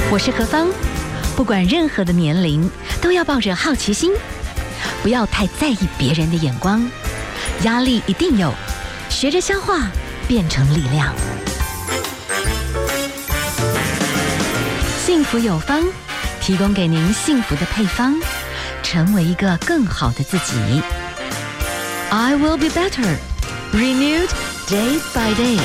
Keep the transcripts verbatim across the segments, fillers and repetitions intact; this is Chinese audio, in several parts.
我是何芳，不管任何的年龄，都要抱着好奇心，不要太在意别人的眼光。压力一定有，学着消化，变成力量。幸福有方，提供给您幸福的配方，成为一个更好的自己。I will be better, renewed day by day。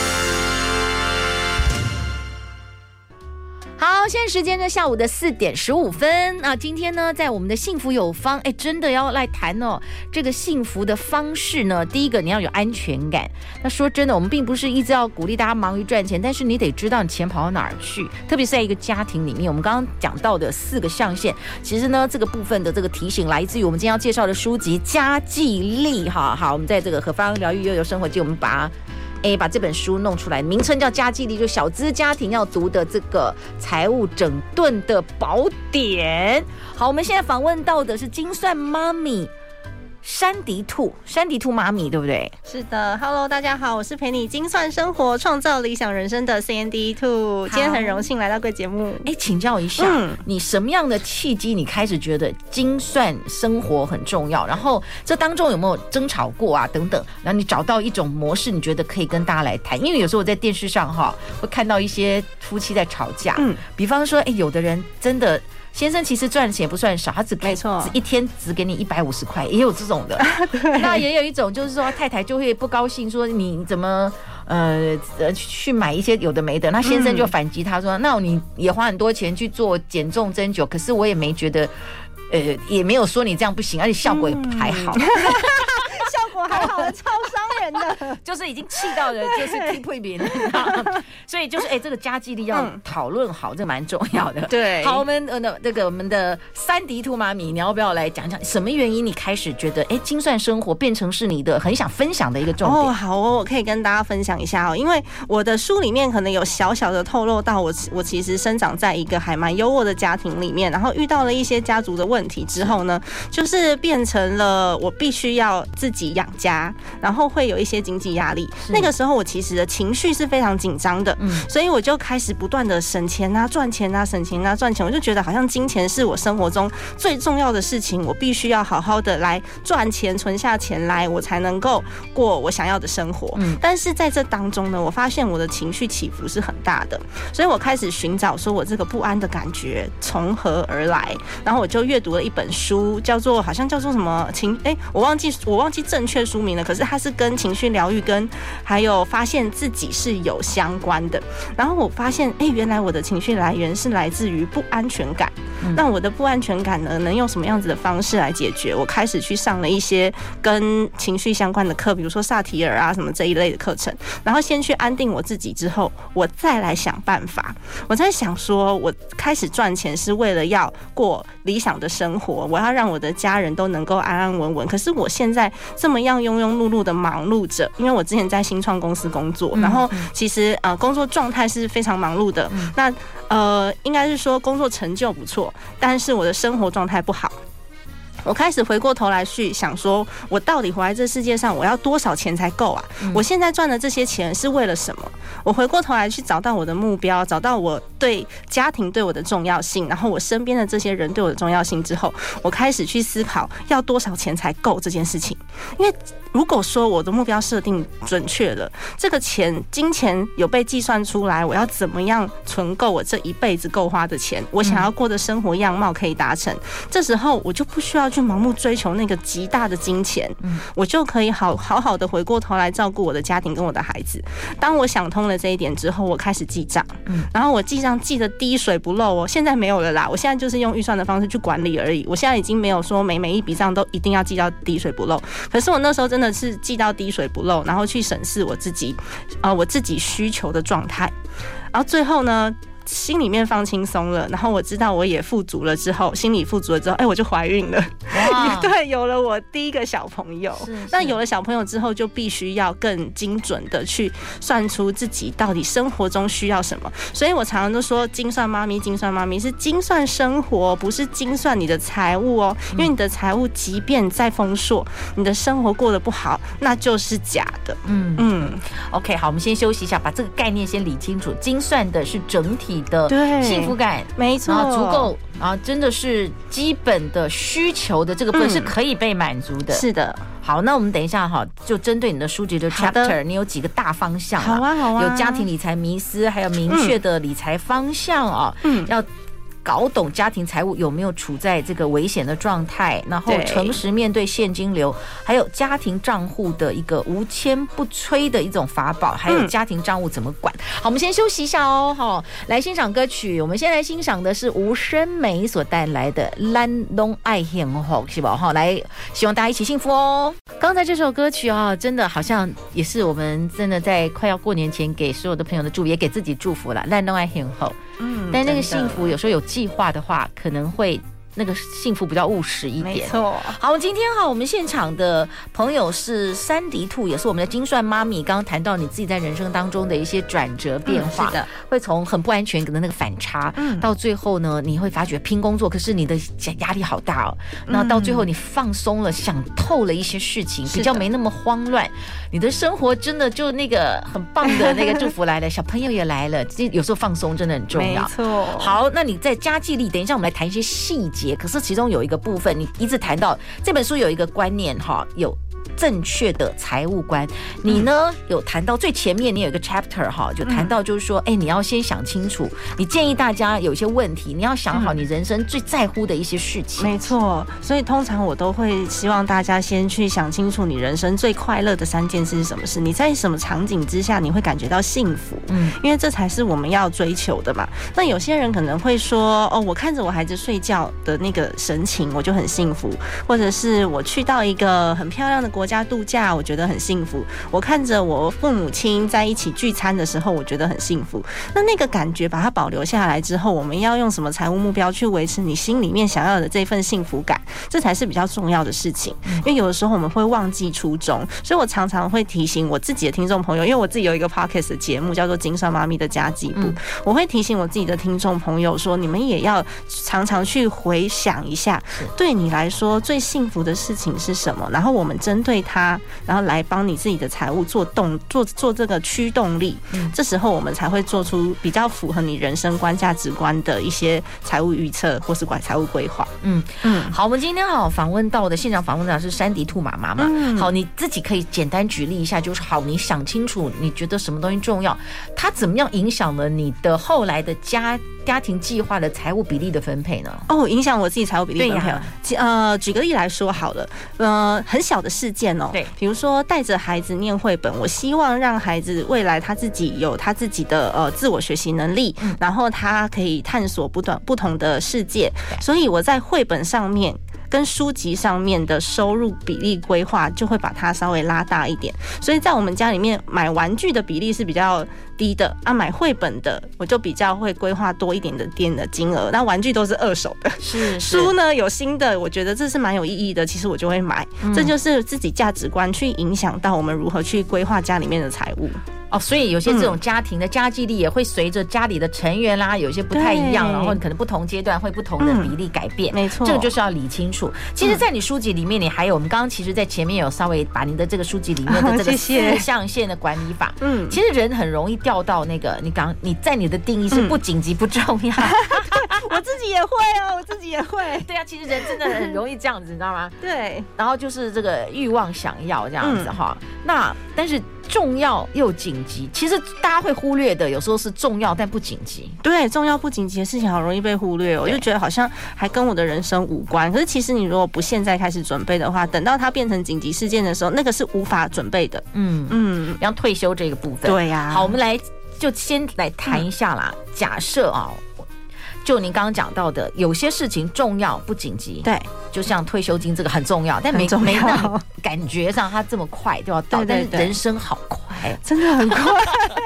好，现在时间呢下午的四点十五分啊。今天呢，在我们的幸福有方，哎，真的要来谈哦。这个幸福的方式呢，第一个你要有安全感。那说真的，我们并不是一直要鼓励大家忙于赚钱，但是你得知道你钱跑到哪儿去。特别是在一个家庭里面，我们刚刚讲到的四个象限，其实呢，这个部分的这个提醒来自于我们今天要介绍的书籍《家计力》哈。好，我们在这个何方疗愈悠游生活记，我们把。哎，把这本书弄出来，名称叫《家计力》，就小资家庭要读的这个财务整顿的宝典。好，我们现在访问到的是精算妈咪山迪兔，山迪兔妈咪，对不对？ 是的 ，Hello， 大家好，我是陪你精算生活、创造理想人生的 Sandy Two。今天很荣幸来到贵节目。 哎，请教一下、嗯，你什么样的契机，你开始觉得精算生活很重要？然后这当中有没有争吵过啊？等等，然后你找到一种模式，你觉得可以跟大家来谈？因为有时候我在电视上哈会看到一些夫妻在吵架，嗯，比方说，哎，有的人真的。先生其实赚的钱也不算少，他只没错，一天只给你一百五十块，也有这种的。那也有一种就是说，太太就会不高兴，说你怎么呃去买一些有的没的。那先生就反击他说，嗯、那你也花很多钱去做减重针灸，可是我也没觉得，呃，也没有说你这样不行，而且效果也还好。嗯效果还好的，超伤人的， 就是已经气到了，就是踢退别人，所以就是哎、欸，这个家计力要讨论好，嗯、这蛮重要的。 对， 好，我们呃那个我们的山迪兔妈咪，你要不要来讲讲什么原因你开始觉得哎、欸，精算生活变成是你的很想分享的一个重点？ 哦，好哦，我可以跟大家分享一下哦，因为我的书里面可能有小小的透露到我，我其实生长在一个还蛮优渥的家庭里面，然后遇到了一些家族的问题之后呢，就是变成了我必须要自己养家，然后会有一些经济压力。那个时候我其实的情绪是非常紧张的、嗯，所以我就开始不断的省钱啊、赚钱啊、省钱啊、赚钱。我就觉得好像金钱是我生活中最重要的事情，我必须要好好的来赚钱、存下钱来，我才能够过我想要的生活。嗯、但是在这当中呢，我发现我的情绪起伏是很大的，所以我开始寻找说我这个不安的感觉从何而来。然后我就阅读了一本书，叫做好像叫做什么情哎、欸，我忘记我忘记正确书名了，可是它是跟情绪疗愈跟还有发现自己是有相关的。然后我发现哎、欸，原来我的情绪来源是来自于不安全感、嗯、那我的不安全感呢能用什么样子的方式来解决？我开始去上了一些跟情绪相关的课，比如说萨提尔啊什么这一类的课程，然后先去安定我自己之后，我再来想办法。我在想说我开始赚钱是为了要过理想的生活，我要让我的家人都能够安安稳稳，可是我现在这么样庸庸碌碌的忙碌着，因为我之前在新创公司工作，然后其实呃工作状态是非常忙碌的，那呃应该是说工作成就不错，但是我的生活状态不好。我开始回过头来去想说，我到底活在这世界上，我要多少钱才够啊？嗯、我现在赚的这些钱是为了什么？我回过头来去找到我的目标，找到我对家庭对我的重要性，然后我身边的这些人对我的重要性之后，我开始去思考要多少钱才够这件事情。因为如果说我的目标设定准确了，这个钱金钱有被计算出来，我要怎么样存够我这一辈子够花的钱，我想要过的生活样貌可以达成，这时候我就不需要去盲目追求那个极大的金钱，我就可以好好好的回过头来照顾我的家庭跟我的孩子。当我想通了这一点之后，我开始记账，然后我记账记得滴水不漏哦。现在没有了啦，我现在就是用预算的方式去管理而已。我现在已经没有说每每一笔账都一定要记到滴水不漏，可是我那时候真的是记到滴水不漏，然后去审视我自己，呃，我自己需求的状态，然后最后呢，心里面放轻松了，然后我知道我也富足了之后，心里富足了之后，哎，我就怀孕了。 对，有了我第一个小朋友， 是是那有了小朋友之后，就必须要更精准的去算出自己到底生活中需要什么。所以我常常都说，精算妈咪，精算妈咪是精算生活，不是精算你的财务哦。因为你的财务即便再丰硕，你的生活过得不好，那就是假的。 嗯嗯 ，OK， 好，我们先休息一下，把这个概念先理清楚。精算的是整体的幸福感， 没错， 然后足够啊，真的是基本的需求的这个部分是可以被满足的。 嗯、是的。 好，那我们等一下哈，就针对你的书籍的 chapter， 你有几个大方向？ 好啊，好啊， 有家庭理财迷思，还有明确的理财方向啊，嗯，要搞懂家庭财务有没有处在这个危险的状态，然后诚实面对现金流，还有家庭账户的一个无坚不摧的一种法宝，还有家庭账务怎么管。好，我们先休息一下哦，好，来欣赏歌曲。我们先来欣赏的是吴声梅所带来的《咱拢爱幸福》，是吧？哈，来，希望大家一起幸福哦。刚才这首歌曲啊，真的好像也是我们真的在快要过年前给所有的朋友的祝福，也给自己祝福了。咱拢爱幸福。嗯，但那个幸福有时候有计划的话，可能会那个幸福比较务实一点。 没错。 好，今天哈，我们现场的朋友是山迪兔，也是我们的精算妈咪。刚刚谈到你自己在人生当中的一些转折变化，嗯、是的，会从很不安全的那个反差，嗯，到最后呢，你会发觉拼工作，可是你的压力好大哦。那、嗯、到最后你放松了，想透了一些事情，比较没那么慌乱，你的生活真的就那个很棒的那个祝福来了，小朋友也来了，有时候放松真的很重要。 没错。 好，那你在家计力，等一下我们来谈一些细节。可是其中有一个部分，你一直谈到这本书有一个观念哈，有正确的财务观。你呢有谈到最前面，你有一个 chapter 哈，就谈到就是说，哎、欸，你要先想清楚。你建议大家有一些问题，你要想好你人生最在乎的一些事情。 没错，所以通常我都会希望大家先去想清楚你人生最快乐的三件事是什么事，你在什么场景之下你会感觉到幸福？嗯，因为这才是我们要追求的嘛。那有些人可能会说，哦，我看着我孩子睡觉的那个神情，我就很幸福，或者是我去到一个很漂亮的国家度假，我觉得很幸福。我看着我父母亲在一起聚餐的时候，我觉得很幸福。那那个感觉把它保留下来之后，我们要用什么财务目标去维持你心里面想要的这份幸福感？这才是比较重要的事情。因为有的时候我们会忘记初衷，所以我常常会提醒我自己的听众朋友，因为我自己有一个 podcast 的节目叫做《精算妈咪的家计簿》，我会提醒我自己的听众朋友说，你们也要常常去回想一下，对你来说最幸福的事情是什么，然后我们针对它，然后来帮你自己的财务做动做做这个驱动力。嗯，这时候我们才会做出比较符合你人生观、价值观的一些财务预测或是管财务规划。嗯嗯，好，我们今天好访问到的现场访问的是山迪兔妈妈嘛。嗯，好，你自己可以简单举例一下，就是好，你想清楚，你觉得什么东西重要，它怎么样影响了你的后来的家家庭计划的财务比例的分配呢？哦， 影响我自己财务比例分配。呃，举个例来说好了，呃，很小的事件哦， 对， 比如说带着孩子念绘本，我希望让孩子未来他自己有他自己的呃自我学习能力，嗯，然后他可以探索不断不同的世界，所以我在绘本上面跟书籍上面的收入比例规划就会把它稍微拉大一点。所以在我们家里面买玩具的比例是比较低的啊，买绘本的我就比较会规划多一点的店的金额。那玩具都是二手的， 是, 是书呢有新的，我觉得这是蛮有意义的，其实我就会买。嗯，这就是自己价值观去影响到我们如何去规划家里面的财务。 哦，所以有些这种家庭的家计力也会随着家里的成员啦，有些不太一样，然后可能不同阶段会不同的比例改变。 嗯，没错， 这个就是要理清楚。其实，在你书籍里面，你还有我们刚刚其实，在前面有稍微把您的这个书籍里面的这个四象限的管理法，嗯，其实人很容易掉到那个你刚你在你的定义是不紧急不重要。 嗯，我自己也会哦，我自己也会。 对啊，其实人真的很容易这样子，你知道吗？ 对。 然后就是这个欲望想要这样子哈，嗯，那但是重要又紧急，其实大家会忽略的，有时候是重要但不紧急。 对，重要不紧急的事情好容易被忽略，我就觉得好像还跟我的人生无关。可是其实你如果不现在开始准备的话，等到它变成紧急事件的时候，那个是无法准备的。嗯嗯，像退休这个部分。 对呀，啊。 好，我们来就先来谈一下啦。嗯，假设啊，就您刚刚讲到的，有些事情重要不紧急， 对， 就像退休金这个很重要，但没没那感觉上它这么快就要到，对对对，但是人生好快， 真的很快。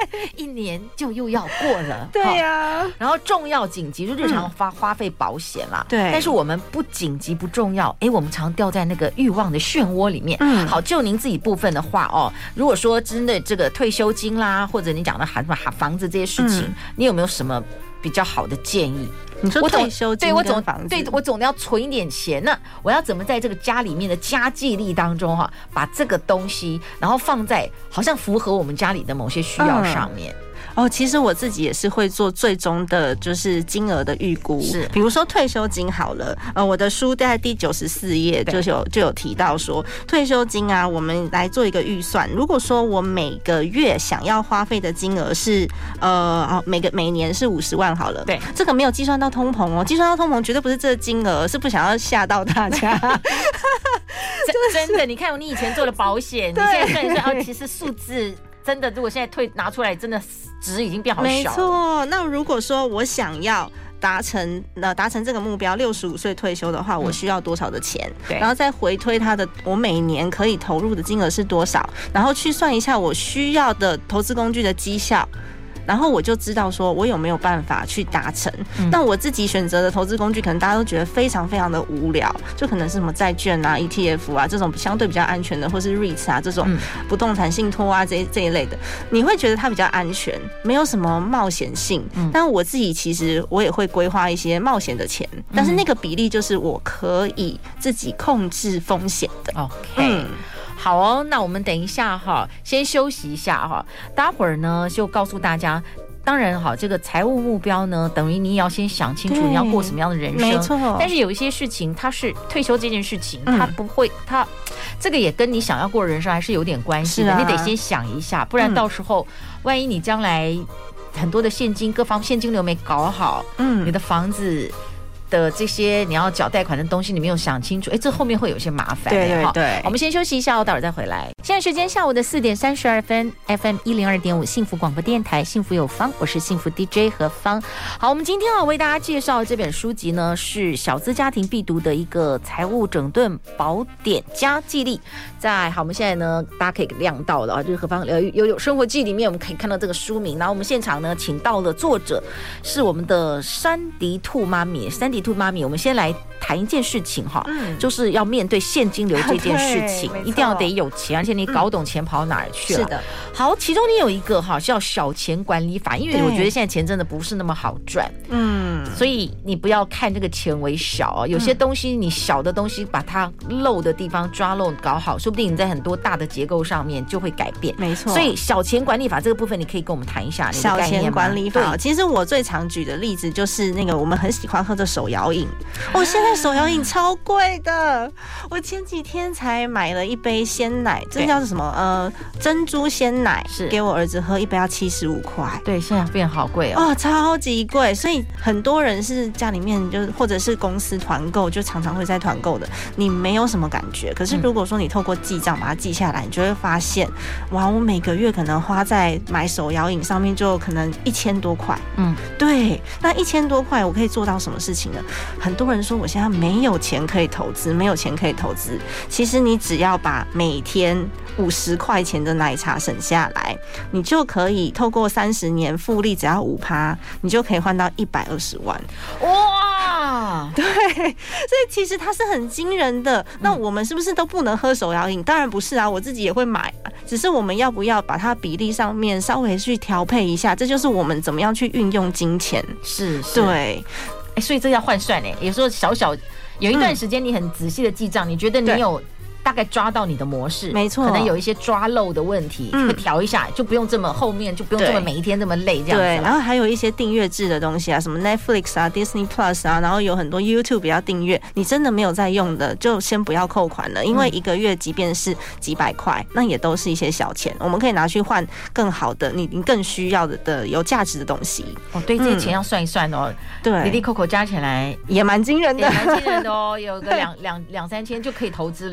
一年就又要过了。 对呀、啊。 然后重要紧急就日常花、嗯、花费保险啦。 对。 但是我们不紧急不重要，哎，我们常掉在那个欲望的漩涡里面。嗯。好，就您自己部分的话哦，如果说真的这个退休金啦，或者你讲的还房子这些事情，嗯、你有没有什么比较好的建议？ 你说退休金跟房子， 对我总对我总要存一点钱呢。我要怎么在这个家里面的家计力当中哈，把这个东西，然后放在好像符合我们家里的某些需要上面。嗯哦，其实我自己也是会做最终的，就是金额的预估。是，比如说退休金好了，呃，我的书在第九十四页就有就有提到说，退休金啊，我们来做一个预算。如果说我每个月想要花费的金额是呃，每个每年是五十万好了， 对， 这个没有计算到通膨哦，计算到通膨绝对不是这个金额，是不想要吓到大家。 真的，你看你以前做的保险，你现在算一算，哦，其实数字。真的，如果现在退拿出来，真的值已经变好小了。 没错，那如果说我想要达成呃达成这个目标，六十五岁退休的话，我需要多少的钱？对、嗯，然后再回推它的我每年可以投入的金额是多少，然后去算一下我需要的投资工具的绩效。然后我就知道说我有没有办法去达成。嗯、那我自己选择的投资工具，可能大家都觉得非常非常的无聊，就可能是什么债券啊、E T F 啊这种相对比较安全的，或是 REITs 啊这种不动产信托啊这这一类的，你会觉得它比较安全，没有什么冒险性。嗯、但我自己其实我也会规划一些冒险的钱，但是那个比例就是我可以自己控制风险的。 OK。嗯好哦，那我们等一下哈，先休息一下哈，待会儿呢就告诉大家。当然哈，这个财务目标呢，等于你也要先想清楚你要过什么样的人生。没错。但是有一些事情，它是退休这件事情，嗯、它不会，它这个也跟你想要过的人生还是有点关系的。啊、你得先想一下，不然到时候、嗯、万一你将来很多的现金各方现金流没搞好，嗯，你的房子。的这些你要缴贷款的东西，你没有想清楚，哎，这后面会有些麻烦。 对对对， 我们先休息一下，我待会儿再回来。现在时间下午的四点三十二分 ，F M 一零二点五幸福广播电台，幸福有方，我是幸福 D J 何芳。好，我们今天要为大家介绍这本书籍呢，是小资家庭必读的一个财务整顿宝典家计力。在好，我们现在呢，大家可以亮到了啊，就是何芳呃有有生活记里面，我们可以看到这个书名。然后我们现场呢，请到了作者是我们的珊迪兔妈咪，珊迪兔妈咪，我们先来谈一件事情哈，嗯、就是要面对现金流这件事情，一定要得有钱，而且你搞懂钱跑哪儿去了。是的，好，其中你有一个哈叫小钱管理法，因为我觉得现在钱真的不是那么好赚，嗯，所以你不要看这个钱为小，有些东西你小的东西把它漏的地方抓漏搞好，说不定你在很多大的结构上面就会改变。没错，所以小钱管理法这个部分，你可以跟我们谈一下你的概念吗？小钱管理法，其实我最常举的例子就是那个我们很喜欢喝的手摇饮。我、哦、现在手摇饮超贵的，我前几天才买了一杯鲜奶，这叫什么？呃，珍珠鲜奶，是给我儿子喝，一杯要七十五块。对，现在变好贵哦，哦，超级贵。所以很多人是家里面就是或者是公司团购，就常常会在团购的，你没有什么感觉。可是如果说你透过记账把它记下来，你就会发现，哇，我每个月可能花在买手摇饮上面就可能一千多块。嗯，对，那一千多块我可以做到什么事情呢？很多人说我现在没有钱可以投资，没有钱可以投资。其实你只要把每天五十块钱的奶茶省下来，你就可以透过三十年复利，只要五趴，你就可以换到一百二十万。哇！对，所以其实它是很惊人的。那我们是不是都不能喝手摇饮？当然不是啊，我自己也会买啊。只是我们要不要把它比例上面稍微去调配一下？这就是我们怎么样去运用金钱。是，是对。哎，所以这要换算哎，有时候小小有一段时间你很仔细的记账，你觉得你有大概抓到你的模式，没错，可能有一些抓漏的问题，会调一下，就不用这么后面就不用这么每一天这么累这样子。对，然后还有一些订阅制的东西啊，什么 Netflix 啊、Disney Plus 啊，然后有很多 YouTube 也要订阅，你真的没有在用的，就先不要扣款了，因为一个月即便是几百块，那也都是一些小钱，我们可以拿去换更好的、你你更需要的的有价值的东西。哦，对，这些钱要算一算哦，对，里里扣扣加起来也蛮惊人的，也蛮惊人的哦，有个两两两三千就可以投资了耶。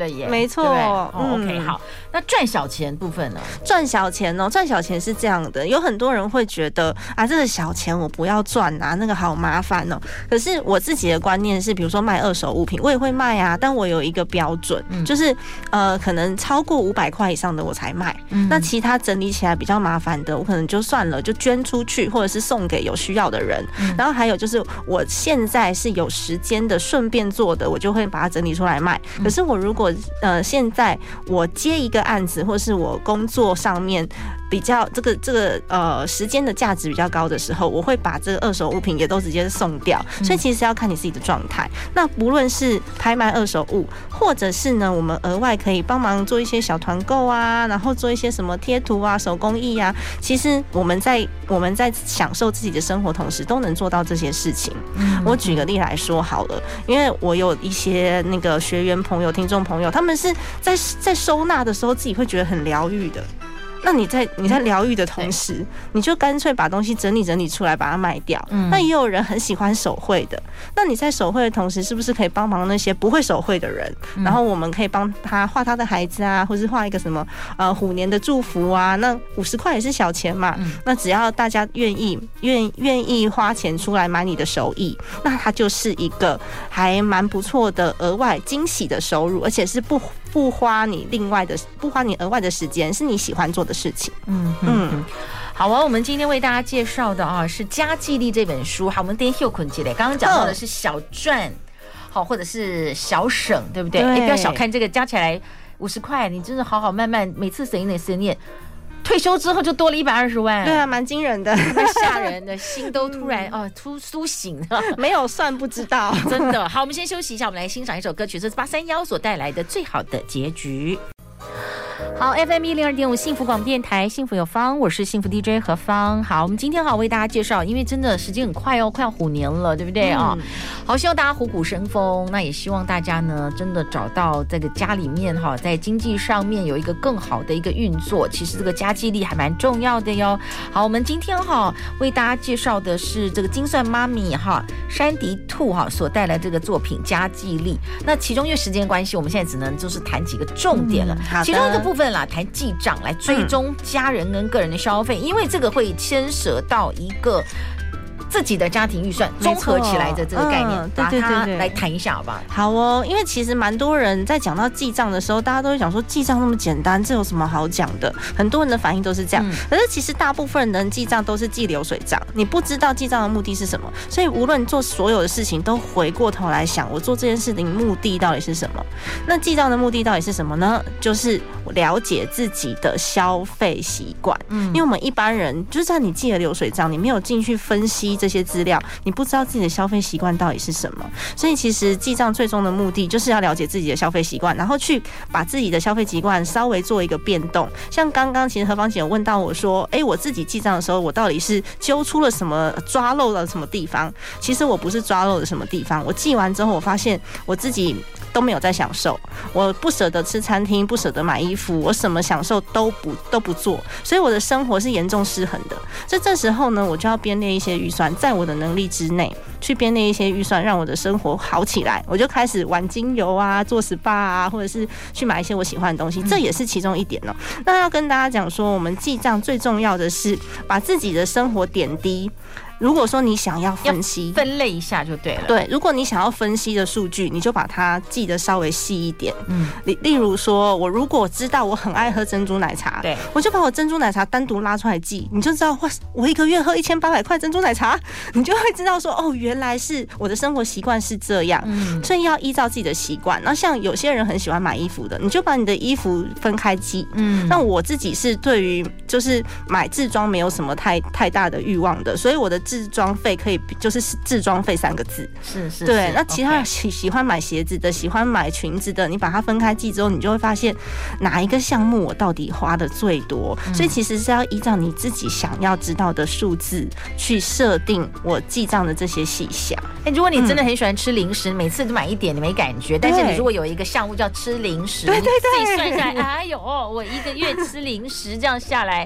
没错。 哦、嗯、，OK， 好。那赚小钱部分呢？ 赚小钱哦，赚小钱是这样的，有很多人会觉得啊，这个小钱我不要赚啊，那个好麻烦哦。可是我自己的观念是，比如说卖二手物品，我也会卖啊，但我有一个标准，嗯、就是呃，可能超过五百块以上的我才卖。嗯、那其他整理起来比较麻烦的，我可能就算了，就捐出去，或者是送给有需要的人。嗯、然后还有就是，我现在是有时间的，顺便做的，我就会把它整理出来卖。可是我如果呃现在我接一个案子，或是我工作上面比较这个这个呃时间的价值比较高的时候，我会把这个二手物品也都直接送掉。所以其实要看你自己的状态。那不论是拍卖二手物，或者是呢，我们额外可以帮忙做一些小团购啊，然后做一些什么贴图啊、手工艺啊，其实我们在我们在享受自己的生活同时，都能做到这些事情。我举个例来说好了，因为我有一些那个学员朋友、听众朋友，他们是在在收纳的时候自己会觉得很疗愈的。那你在你在疗愈的同时，你就干脆把东西整理整理出来，把它卖掉。嗯、那也有人很喜欢手绘的，那你在手绘的同时，是不是可以帮忙那些不会手绘的人？嗯、然后我们可以帮他画他的孩子啊，或是画一个什么呃虎年的祝福啊。那五十块也是小钱嘛。嗯、那只要大家愿意愿愿意花钱出来买你的手艺，那它就是一个还蛮不错的额外惊喜的收入，而且是不。不花你另外的，不花你额外的时间，是你喜欢做的事情。嗯嗯， 好啊，我们今天为大家介绍的啊是《家计力》这本书。好，我们等一下又捆起来。刚刚讲到的是小赚，好，或者是小省，对不对？哎，不要小看这个，加起来五十块，你真的好好慢慢，每次省一点省一点。退休之后就多了一百二十万， 对啊，蛮惊人的， 吓人的心都突然哦突苏醒了， 没有算不知道， 真的。好，我们先休息一下，我们来欣赏一首歌曲，这是八三一所带来的《最好的结局》。好 ，F M 一零二点五幸福广播电台，幸福有方，我是幸福 D J 何芳。好，我们今天好为大家介绍，因为真的时间很快哦，快要虎年了，对不对啊？嗯、好，希望大家虎虎生风，那也希望大家呢，真的找到这个家里面哈，在经济上面有一个更好的一个运作。其实这个家计力还蛮重要的哟。好，我们今天哈为大家介绍的是这个精算妈咪哈山迪兔哈所带来这个作品《家计力》。那其中因为时间关系，我们现在只能就是谈几个重点了。嗯、其中一个部分啦，谈记账来追踪家人跟个人的消费，嗯、因为这个会牵涉到一个自己的家庭预算综合起来的这个概念，嗯、把它来谈一下好不好？ 好哦，因为其实蛮多人在讲到记账的时候，大家都会讲说记账那么简单，这有什么好讲的？很多人的反应都是这样。嗯、可是其实大部分人记账都是记流水账，你不知道记账的目的是什么，所以无论做所有的事情，都回过头来想，我做这件事情目的到底是什么？那记账的目的到底是什么呢？就是了解自己的消费习惯。嗯，因为我们一般人，就算你记了流水账，你没有进去分析这些资料，你不知道自己的消费习惯到底是什么。所以其实记账最终的目的就是要了解自己的消费习惯，然后去把自己的消费习惯稍微做一个变动。像刚刚其实何芳姐有问到我说，哎，我自己记账的时候，我到底是揪出了什么，抓漏了什么地方？其实我不是抓漏了什么地方，我记完之后，我发现我自己都没有在享受，我不舍得吃餐厅，不舍得买衣服，我什么享受都不都不做，所以我的生活是严重失衡的。所以这时候呢，我就要编列一些预算，在我的能力之内去编列一些预算，让我的生活好起来。我就开始玩精油啊，做 S P A 啊，或者是去买一些我喜欢的东西，这也是其中一点哦。那要跟大家讲说，我们记账最重要的是把自己的生活点滴。如果说你想要分析分类一下就对了， 对，如果你想要分析的数据，你就把它记得稍微细一点。嗯，例例如说，我如果知道我很爱喝珍珠奶茶，对，我就把我珍珠奶茶单独拉出来记，你就知道哇，我一个月喝一千八百块珍珠奶茶，你就会知道说哦，原来是我的生活习惯是这样。嗯，所以要依照自己的习惯。那像有些人很喜欢买衣服的，你就把你的衣服分开记。嗯，那我自己是对于就是买制装没有什么太太大的欲望的，所以我的制装费可以就是制装费三个字， 是是， 对。那其他人喜喜欢买鞋子的，喜欢买裙子的，你把它分开记之后，你就会发现哪一个项目我到底花的最多。嗯、所以其实是要依照你自己想要知道的数字去设定我记账的这些细项。 哎、欸，如果你真的很喜欢吃零食，嗯、每次都买一点你没感觉，但是你如果有一个项目叫吃零食， 对对对， 你自己算下来，哎呦，我一个月吃零食这样下来。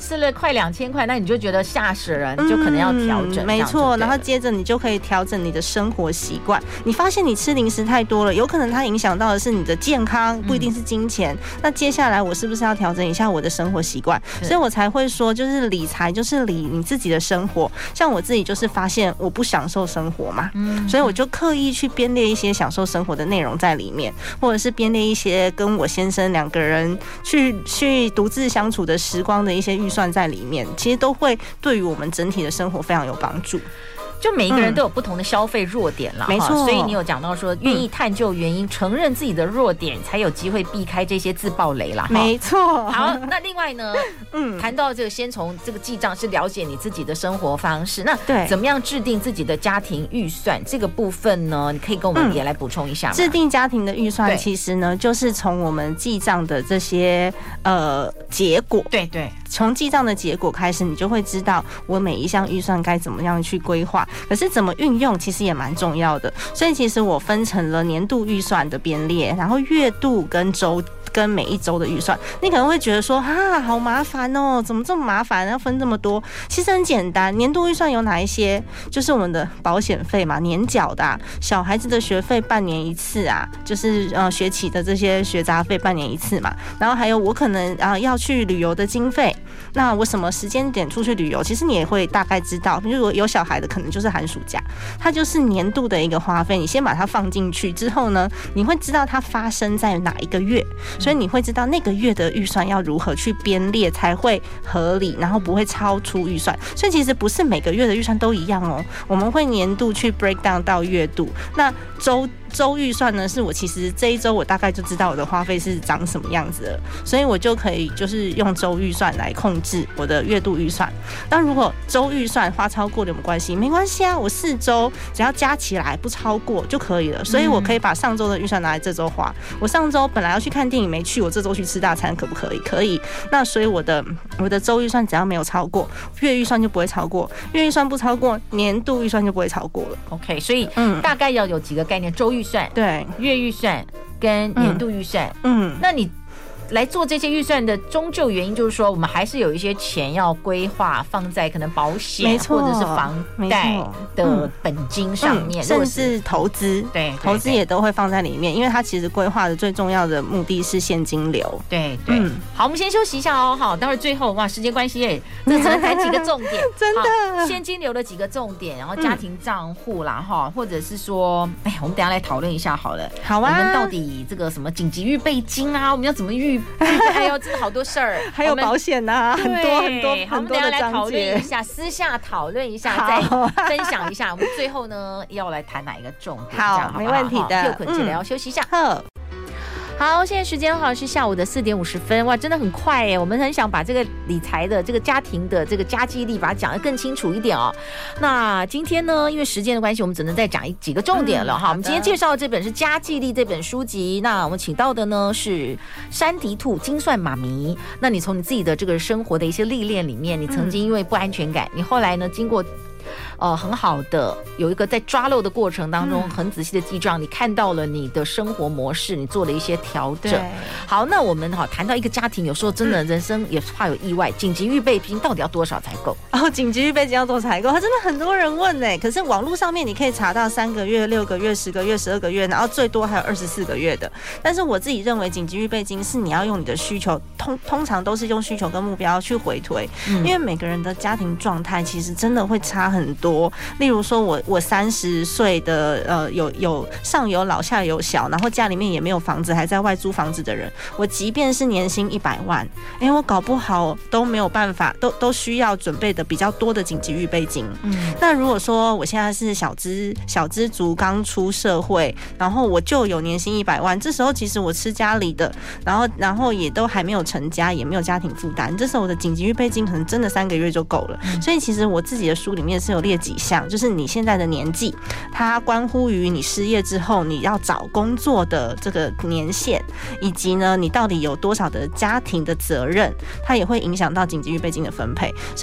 吃了快两千块，那你就觉得吓死人，你就可能要调整。 嗯、没错，然后接着你就可以调整你的生活习惯。你发现你吃零食太多了，有可能它影响到的是你的健康，不一定是金钱。嗯、那接下来我是不是要调整一下我的生活习惯？所以我才会说，就是理财就是理你自己的生活。像我自己就是发现我不享受生活嘛，嗯、所以我就刻意去编列一些享受生活的内容在里面，或者是编列一些跟我先生两个人去去独自相处的时光的一些预算在里面，其实都会对于我们整体的生活非常有帮助。 就每一个人都有不同的消费弱点啦，没错、嗯。所以你有讲到说，愿意探究原因、嗯，承认自己的弱点，才有机会避开这些自爆雷啦。 没错。 好，那另外呢，嗯，谈到这个，先从这个记账是了解你自己的生活方式，那对，怎么样制定自己的家庭预算这个部分呢？你可以跟我们也来补充一下吗？ 制定家庭的预算，其实呢，就是从我们记账的这些呃结果， 对对， 从记账的结果开始，你就会知道我每一项预算该怎么样去规划。可是怎么运用其实也蛮重要的，所以其实我分成了年度预算的编列，然后月度跟周跟每一周的预算。你可能会觉得说啊，好麻烦哦，怎么这么麻烦，要分这么多？其实很简单，年度预算有哪一些？就是我们的保险费嘛，年缴的、啊；小孩子的学费半年一次啊，就是呃学期的这些学杂费半年一次嘛。然后还有我可能啊要去旅游的经费，那我什么时间点出去旅游？其实你也会大概知道，如果有小孩的，可能就是寒暑假，它就是年度的一个花费。你先把它放进去之后呢，你会知道它发生在哪一个月，所以你会知道那个月的预算要如何去编列才会合理，然后不会超出预算。所以其实不是每个月的预算都一样哦，我们会年度去 break down 到月度，那周周预算呢，是我其实这一周我大概就知道我的花费是长什么样子了，所以我就可以就是用周预算来控制我的月度预算。那如果周预算花超过了有没有关系？没关系啊，我四周只要加起来不超过就可以了，所以我可以把上周的预算拿来这周花。我上周本来要去看电影没去，我这周去吃大餐可不可以？可以。那所以我的我的周预算只要没有超过，月预算就不会超过，月预算不超过，年度预算就不会超过了。 OK， 所以大概要有几个概念：周预算、 对， 月预算跟年度预算。嗯，嗯那你来做这些预算的终究原因，就是说我们还是有一些钱要规划放在可能保险或者是房贷的本金上面， 嗯嗯、甚至投资， 对， 投资也都会放在里面，因为它其实规划的最重要的目的是现金流。 对对、嗯，好，我们先休息一下哦。好，待会儿最后哇，时间关系耶，这只能谈几个重点， 真的， 现金流的几个重点，然后家庭账户啦哈、嗯，或者是说，哎，我们等一下来讨论一下好了。 好啊， 我们到底这个什么紧急预备金啊，我们要怎么预？哎呦，真的好多事儿， 还有保险啊，很多很多很多的章节。我们等一下来讨论一下， 私下讨论一下，再分享一下。我们最后呢，要来谈哪一个重点？ 好， 好没问题的。 就捆起来，要休息一下。 好。 好，现在时间好像是下午的四点五十分，哇，真的很快耶！我们很想把这个理财的、这个家庭的这个家计力，把它讲得更清楚一点哦。那今天呢，因为时间的关系，我们只能再讲几个重点了哈、嗯。我们今天介绍的这本是《家计力》这本书籍，那我们请到的呢是山迪兔精算妈咪。那你从你自己的这个生活的一些历练里面，你曾经因为不安全感，你后来呢经过。呃，很好的，有一个在抓漏的过程当中，很仔细的记账，你看到了你的生活模式，你做了一些调整。好，那我们哈谈到一个家庭，有时候真的人生也怕有意外，紧急预备金到底要多少才够？ 哦，紧急预备金要多少才够？他真的很多人问呢。可是网络上面你可以查到三个月、六个月、十个月、十二个月，然后最多还有二十四个月的。但是我自己认为，紧急预备金是你要用你的需求，通通常都是用需求跟目标去回推，嗯、因为每个人的家庭状态其实真的会差很多。例如说我我三十岁的呃有有上有老下有小，然后家里面也没有房子，还在外租房子的人，我即便是年薪一百万，哎、欸，我搞不好都没有办法，都都需要准备的比较多的紧急预备金。嗯，那如果说我现在是小资小资族刚出社会，然后我就有年薪一百万，这时候其实我吃家里的，然后然后也都还没有成家，也没有家庭负担，这时候我的紧急预备金可能真的三个月就够了。嗯、所以其实我自己的书里面是有列几项，就是你现在的年纪，它关乎于你失业之后你要找工作的这个年限，以及呢你到底有多少的家庭的责任，它也会影响到紧急预备金的分配。所以其实紧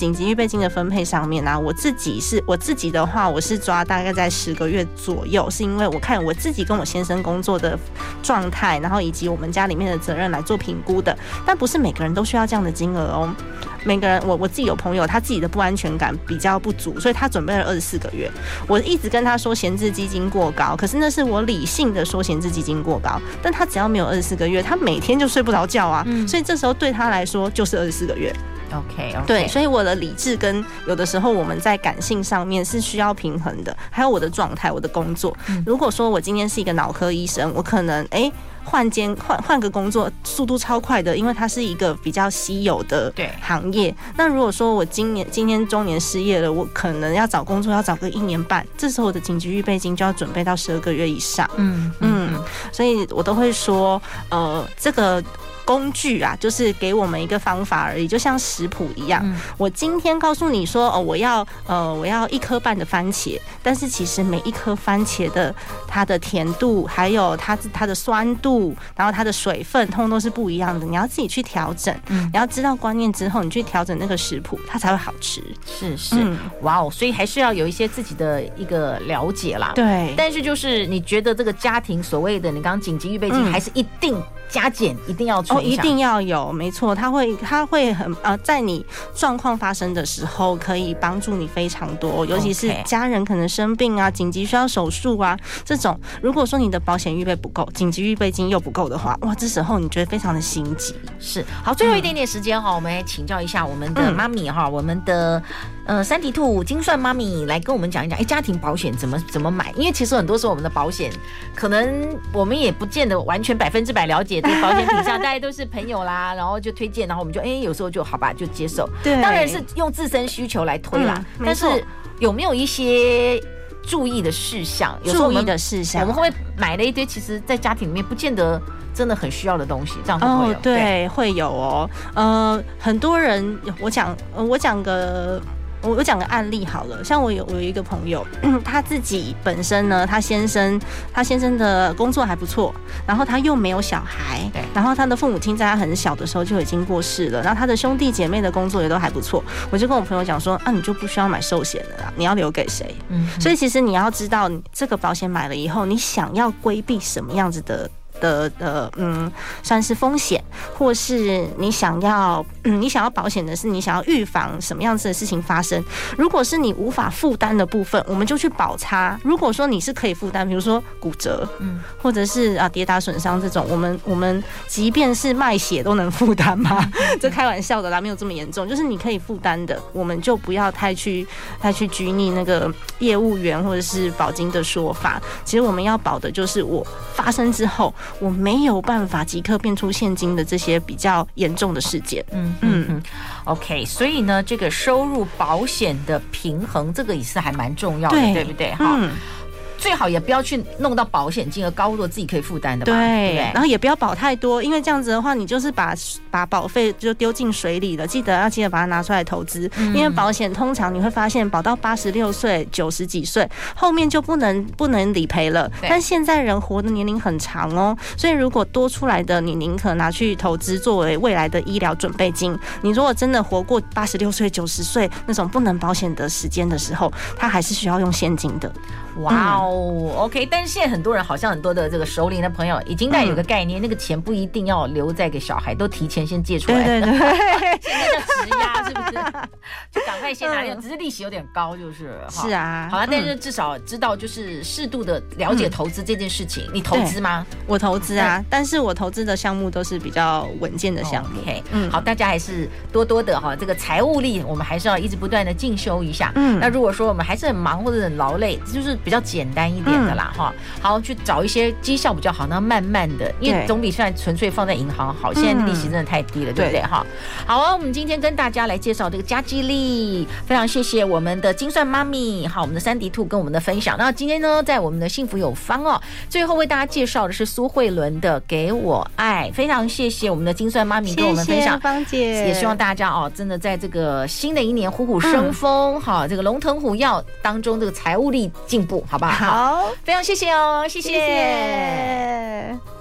紧急预备金的分配上面啊，我自己是我自己的话，我是抓大概在十个月左右，是因为我看我自己跟我先生工作的状态，然后以及我们家里面的责任来做评估的。但不是每个人都需要这样的金额哦。每个人，我我自己有朋友，他自己的不安全感比较不足，所以他准备了二十四个月。我一直跟他说闲置基金过高，可是那是我理性的说闲置基金过高，但他只要没有二十四个月，他每天就睡不着觉啊，嗯、所以这时候对他来说就是二十四个月。 OK OK， 对，所以我的理智跟有的时候我们在感性上面是需要平衡的，还有我的状态、我的工作。嗯、如果说我今天是一个脑科医生，我可能哎。欸换间换换个工作速度超快的，因为它是一个比较稀有的行业。那如果说我今年今天中年失业了，我可能要找工作要找个一年半，这时候我的紧急预备金就要准备到十二个月以上。嗯嗯，所以我都会说，呃，这个。工具啊，就是给我们一个方法而已，就像食谱一样。嗯、我今天告诉你说，哦，我要呃，我要一颗半的番茄，但是其实每一颗番茄的它的甜度，还有它它的酸度，然后它的水分，通通都是不一样的。你要自己去调整，嗯、你要知道观念之后，你去调整那个食谱，它才会好吃。 是是，嗯、哇哦，所以还是要有一些自己的一个了解啦。 对， 但是就是你觉得这个家庭所谓的你刚刚紧急预备金，嗯、还是一定加减一定要存。哦， 一定要有，没错，它会，它会很呃，在你状况发生的时候，可以帮助你非常多，尤其是家人可能生病啊，紧急需要手术啊，这种，如果说你的保险预备不够，紧急预备金又不够的话，哇，这时候你觉得非常的心急。 是，好，最后一点点时间哈，嗯、我们来请教一下我们的妈咪哈，嗯、我们的呃三迪兔精算妈咪来跟我们讲一讲，哎，家庭保险怎么怎么买？因为其实很多时候我们的保险，可能我们也不见得完全百分之百了解这个保险品项，大家都是朋友啦，然后就推荐，然后我们就哎、欸，有时候就好吧，就接受。对，当然是用自身需求来推啦。嗯、但是有没有一些注意的事项？有时候我们注意的事项， 我们会买了一堆，其实在家庭里面不见得真的很需要的东西，这样会不会有？ 哦，对，对会有哦。呃，很多人，我讲，我讲个。我讲个案例好了，像我有我有一个朋友，他自己本身呢，他先生他先生的工作还不错，然后他又没有小孩，然后他的父母亲在他很小的时候就已经过世了，然后他的兄弟姐妹的工作也都还不错，我就跟我朋友讲说，啊，你就不需要买寿险了啦，你要留给谁？嗯，所以其实你要知道，这个保险买了以后，你想要规避什么样子的。的呃嗯，算是风险，或是你想要嗯，你想要保险的是你想要预防什么样子的事情发生。如果是你无法负担的部分，我们就去保差。如果说你是可以负担，比如说骨折，嗯，或者是啊跌打损伤这种，我们我们即便是卖血都能负担吗？这开玩笑的啦，没有这么严重。就是你可以负担的，我们就不要太去太去拘泥那个业务员或者是保金的说法。其实我们要保的就是我发生之后。我没有办法即刻变出现金的这些比较严重的事件。嗯嗯嗯 ，OK， 所以呢，这个收入保险的平衡，这个也是还蛮重要的， 对, 对不对？哈、嗯。最好也不要去弄到保险金额高过自己可以负担的吧， 对, 对, 对， 然后也不要保太多，因为这样子的话，你就是把把保费就丢进水里了。记得要记得把它拿出来投资，嗯、因为保险通常你会发现保到八十六岁、九十几岁，后面就不能不能理赔了。但现在人活的年龄很长哦，所以如果多出来的，你宁可拿去投资作为未来的医疗准备金。你如果真的活过八十六岁、九十岁那种不能保险的时间的时候，它还是需要用现金的。 哇哦、嗯、，OK， 但是现在很多人好像很多的这个熟龄的朋友已经在有个概念，嗯、那个钱不一定要留在给小孩，都提前先借出来。对对对，现在叫质押，是不是？就赶快先拿掉，只是利息有点高，就是是啊。 好了，但是至少知道就是适度的了解投资这件事情。嗯、你投资吗？ 我投资啊，但是我投资的项目都是比较稳健的项目。 OK， 嗯，好，大家还是多多的哈，这个财务力我们还是要一直不断的进修一下。嗯，那如果说我们还是很忙或者很劳累，就是比较简单一点的啦，哈、嗯，好，去找一些绩效比较好，那慢慢的，因为总比现在纯粹放在银行好，现在利息真的太低了，嗯、对不对？哈，好啊，我们今天跟大家来介绍这个嘉基利，非常谢谢我们的精算妈咪，好，我们的三迪兔跟我们的分享。那今天呢，在我们的幸福有方哦，最后为大家介绍的是苏慧伦的《给我爱》，非常谢谢我们的精算妈咪跟我们分享， 谢谢芳姐， 也希望大家哦，真的在这个新的一年虎虎生风，好、嗯，这个龙腾虎跃当中，这个财务力进步，好不好？ 好， 非常谢谢哦，谢谢。 谢谢。